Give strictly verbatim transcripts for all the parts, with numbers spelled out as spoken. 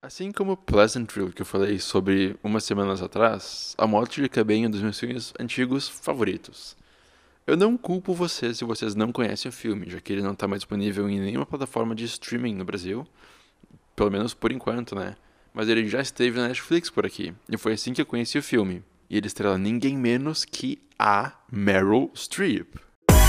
Assim como Pleasantville, que eu falei sobre umas semanas atrás, A Morte de Cabem é um dos meus filmes antigos favoritos. Eu não culpo vocês se vocês não conhecem o filme, já que ele não está mais disponível em nenhuma plataforma de streaming no Brasil, pelo menos por enquanto, né? Mas ele já esteve na Netflix por aqui, e foi assim que eu conheci o filme. E ele estrela ninguém menos que a Meryl Streep.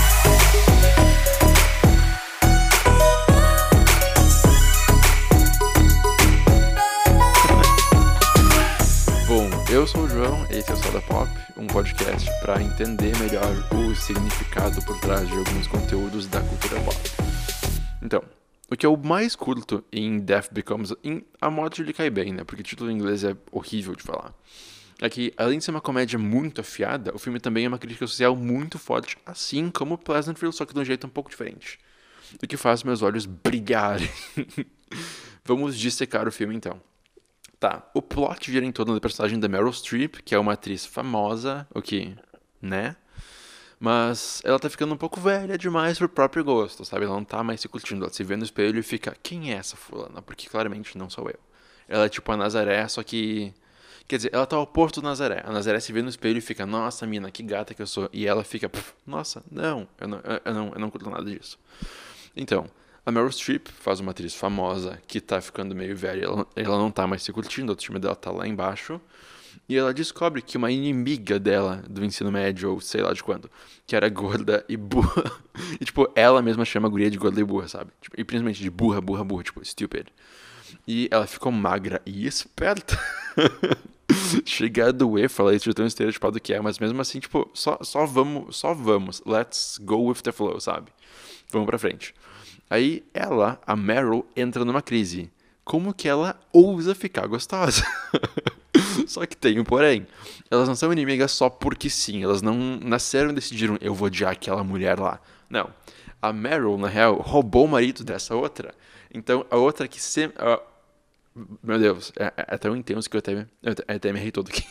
Bom, eu sou o João, esse é o Soda Pop, um podcast para entender melhor o significado por trás de alguns conteúdos da cultura pop. Então, o que eu mais curto em Death Becomes... em A Morte lhe cai bem, né? Porque o título em inglês é horrível de falar. É que, além de ser uma comédia muito afiada, o filme também é uma crítica social muito forte, assim como Pleasantville, só que de um jeito um pouco diferente. O que faz meus olhos brilharem. Vamos dissecar o filme, então. Tá, o plot gira em torno da personagem da Meryl Streep, que é uma atriz famosa, o que, né? Mas ela tá ficando um pouco velha demais pro próprio gosto, sabe? Ela não tá mais se curtindo, ela se vê no espelho e fica, quem é essa fulana? Porque claramente não sou eu. Ela é tipo a Nazaré, só que... Quer dizer, ela tá ao oposto do Nazaré. A Nazaré se vê no espelho e fica, nossa, mina, que gata que eu sou. E ela fica, nossa, não, eu não, eu não, eu não curto nada disso. Então, a Meryl Streep faz uma atriz famosa que tá ficando meio velha, ela, ela não tá mais se curtindo, a autoestima dela tá lá embaixo. E ela descobre que uma inimiga dela do ensino médio, ou sei lá de quando, que era gorda e burra. E, tipo, ela mesma chama a guria de gorda e burra, sabe? Tipo, e principalmente de burra, burra, burra, tipo, stupid. E ela ficou magra e esperta. Chega a doer falar isso de tão estereotipado que é, mas mesmo assim, tipo, só, só vamos, só vamos. Let's go with the flow, sabe? Vamos pra frente. Aí ela, a Meryl, entra numa crise. Como que ela ousa ficar gostosa? Só que tem um porém. Elas não são inimigas só porque sim. Elas não nasceram e decidiram, eu vou odiar aquela mulher lá. Não. A Meryl, na real, roubou o marido dessa outra. Então, a outra que sempre... Uh, meu Deus, é, é tão intenso que eu até, eu até me errei todo aqui.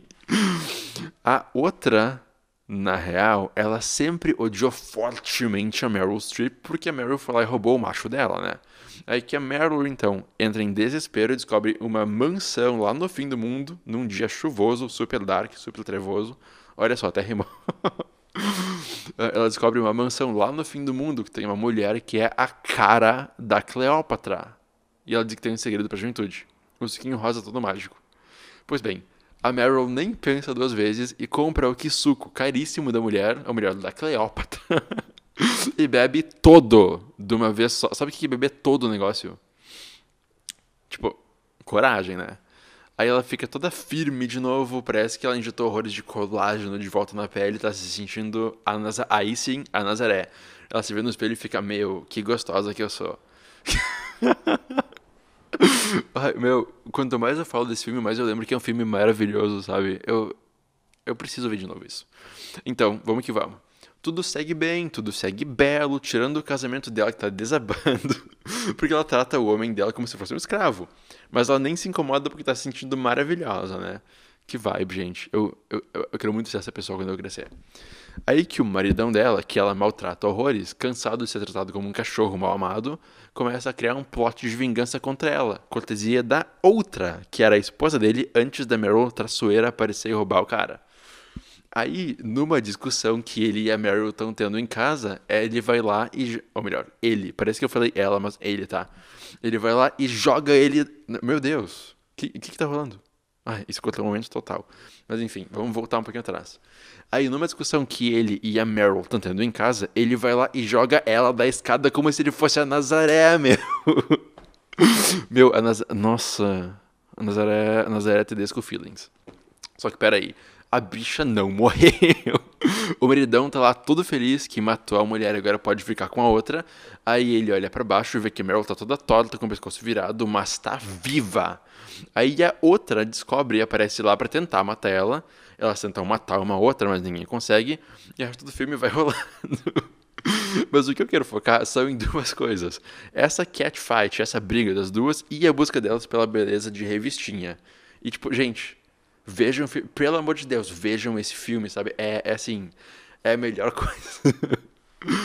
A outra, na real, ela sempre odiou fortemente a Meryl Streep porque a Meryl foi lá e roubou o macho dela, né? Aí que a Meryl, então, entra em desespero e descobre uma mansão lá no fim do mundo, num dia chuvoso, super dark, super trevoso. Olha só, até rimou. Ela descobre uma mansão lá no fim do mundo que tem uma mulher que é a cara da Cleópatra. E ela diz que tem um segredo pra juventude. O suquinho rosa todo mágico. Pois bem, a Meryl nem pensa duas vezes e compra o kisuko caríssimo da mulher, a mulher da Cleópatra, e bebe todo de uma vez só. Sabe o que é beber todo o negócio? Tipo, coragem, né? Aí ela fica toda firme de novo, parece que ela injetou horrores de colágeno de volta na pele, tá se sentindo a Naza... aí sim, a Nazaré. Ela se vê no espelho e fica, meu, que gostosa que eu sou. Ai, meu, quanto mais eu falo desse filme, mais eu lembro que é um filme maravilhoso, sabe? Eu, eu preciso ver de novo isso. Então, vamos que vamos. Tudo segue bem, tudo segue belo, tirando o casamento dela que tá desabando, porque ela trata o homem dela como se fosse um escravo. Mas ela nem se incomoda porque tá se sentindo maravilhosa, né? Que vibe, gente. Eu, eu, eu quero muito ser essa pessoa quando eu crescer. Aí que o maridão dela, que ela maltrata horrores, cansado de ser tratado como um cachorro mal amado, começa a criar um plot de vingança contra ela, cortesia da outra, que era a esposa dele, antes da Meryl traiçoeira aparecer e roubar o cara. Aí, numa discussão que ele e a Meryl estão tendo em casa, ele vai lá e... Ou melhor, ele. Parece que eu falei ela, mas ele, tá? Ele vai lá e joga ele... Meu Deus. O que, que que tá rolando? Ai, isso cortou um momento total. Mas enfim, vamos voltar um pouquinho atrás. Aí, numa discussão que ele e a Meryl estão tendo em casa, ele vai lá e joga ela da escada como se ele fosse a Nazaré, meu. Meu, a Nazaré... Nossa... A Nazaré... A Nazaré Tedesco Feelings. Só que peraí, a bicha não morreu. O maridão tá lá todo feliz que matou a mulher e agora pode ficar com a outra. Aí ele olha pra baixo e vê que a Meryl tá toda torta, com o pescoço virado, mas tá viva. Aí a outra descobre e aparece lá pra tentar matar ela. Elas tentam matar uma outra, mas ninguém consegue. E o resto do filme vai rolando. Mas o que eu quero focar são em duas coisas. Essa catfight, essa briga das duas e a busca delas pela beleza de revistinha. E tipo, gente... Vejam, pelo amor de Deus, vejam esse filme, sabe? É, é assim, é a melhor coisa.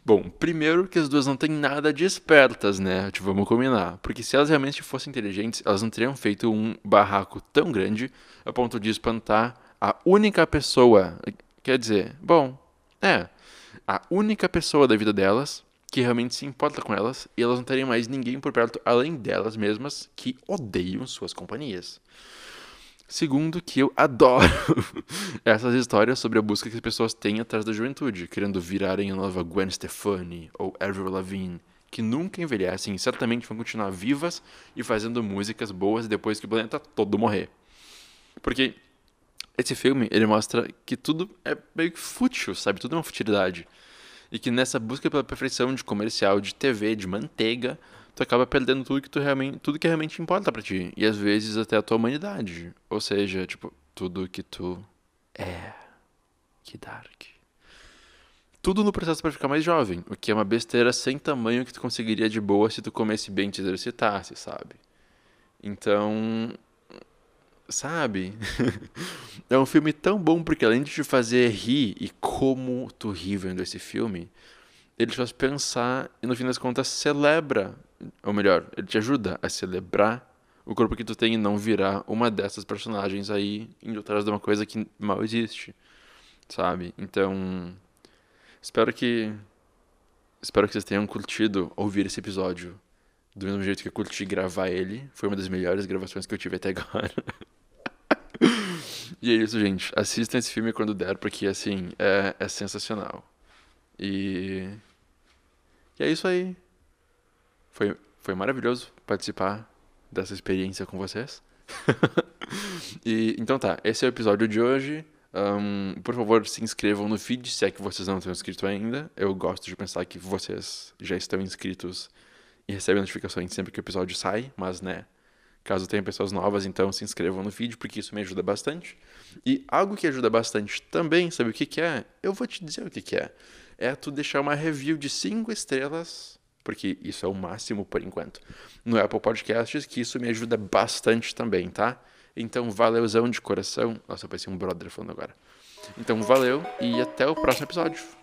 Bom, primeiro que as duas não têm nada de espertas, né? Tipo, vamos combinar. Porque se elas realmente fossem inteligentes, elas não teriam feito um barraco tão grande a ponto de espantar a única pessoa. Quer dizer, bom, é. A única pessoa da vida delas que realmente se importa com elas, e elas não teriam mais ninguém por perto além delas mesmas que odeiam suas companhias. Segundo, que eu adoro essas histórias sobre a busca que as pessoas têm atrás da juventude, querendo virarem a nova Gwen Stefani ou Avril Lavigne, que nunca envelhecem e certamente vão continuar vivas e fazendo músicas boas depois que o planeta todo morrer. Porque esse filme, ele mostra que tudo é meio que fútil, sabe? Tudo é uma futilidade. E que nessa busca pela perfeição de comercial, de T V, de manteiga, tu acaba perdendo tudo que tu realmente, tudo que realmente importa pra ti. E às vezes até a tua humanidade. Ou seja, tipo, tudo que tu é. Que dark. Tudo no processo pra ficar mais jovem, o que é uma besteira sem tamanho que tu conseguiria de boa se tu comesse bem e te exercitasse, sabe? Então, sabe? É um filme tão bom porque além de te fazer rir, e como tu ri vendo esse filme, ele te faz pensar e no fim das contas celebra, ou melhor, ele te ajuda a celebrar o corpo que tu tem e não virar uma dessas personagens aí indo atrás de uma coisa que mal existe, sabe? Então, espero que espero que vocês tenham curtido ouvir esse episódio do mesmo jeito que eu curti gravar ele. Foi uma das melhores gravações que eu tive até agora. E é isso, gente. Assistam esse filme quando der, porque, assim, é, é sensacional. E... e é isso aí. Foi, foi maravilhoso participar dessa experiência com vocês. E, então tá, esse é o episódio de hoje. Um, por favor, se inscrevam no feed, se é que vocês não estão inscritos ainda. Eu gosto de pensar que vocês já estão inscritos e recebem notificações sempre que o episódio sai, mas, né... Caso tenha pessoas novas, então se inscrevam no feed, porque isso me ajuda bastante. E algo que ajuda bastante também, sabe o que que é? Eu vou te dizer o que que é. É tu deixar uma review de cinco estrelas, porque isso é o máximo por enquanto, no Apple Podcasts, que isso me ajuda bastante também, tá? Então, valeuzão de coração. Nossa, eu parecia um brother falando agora. Então, valeu e até o próximo episódio.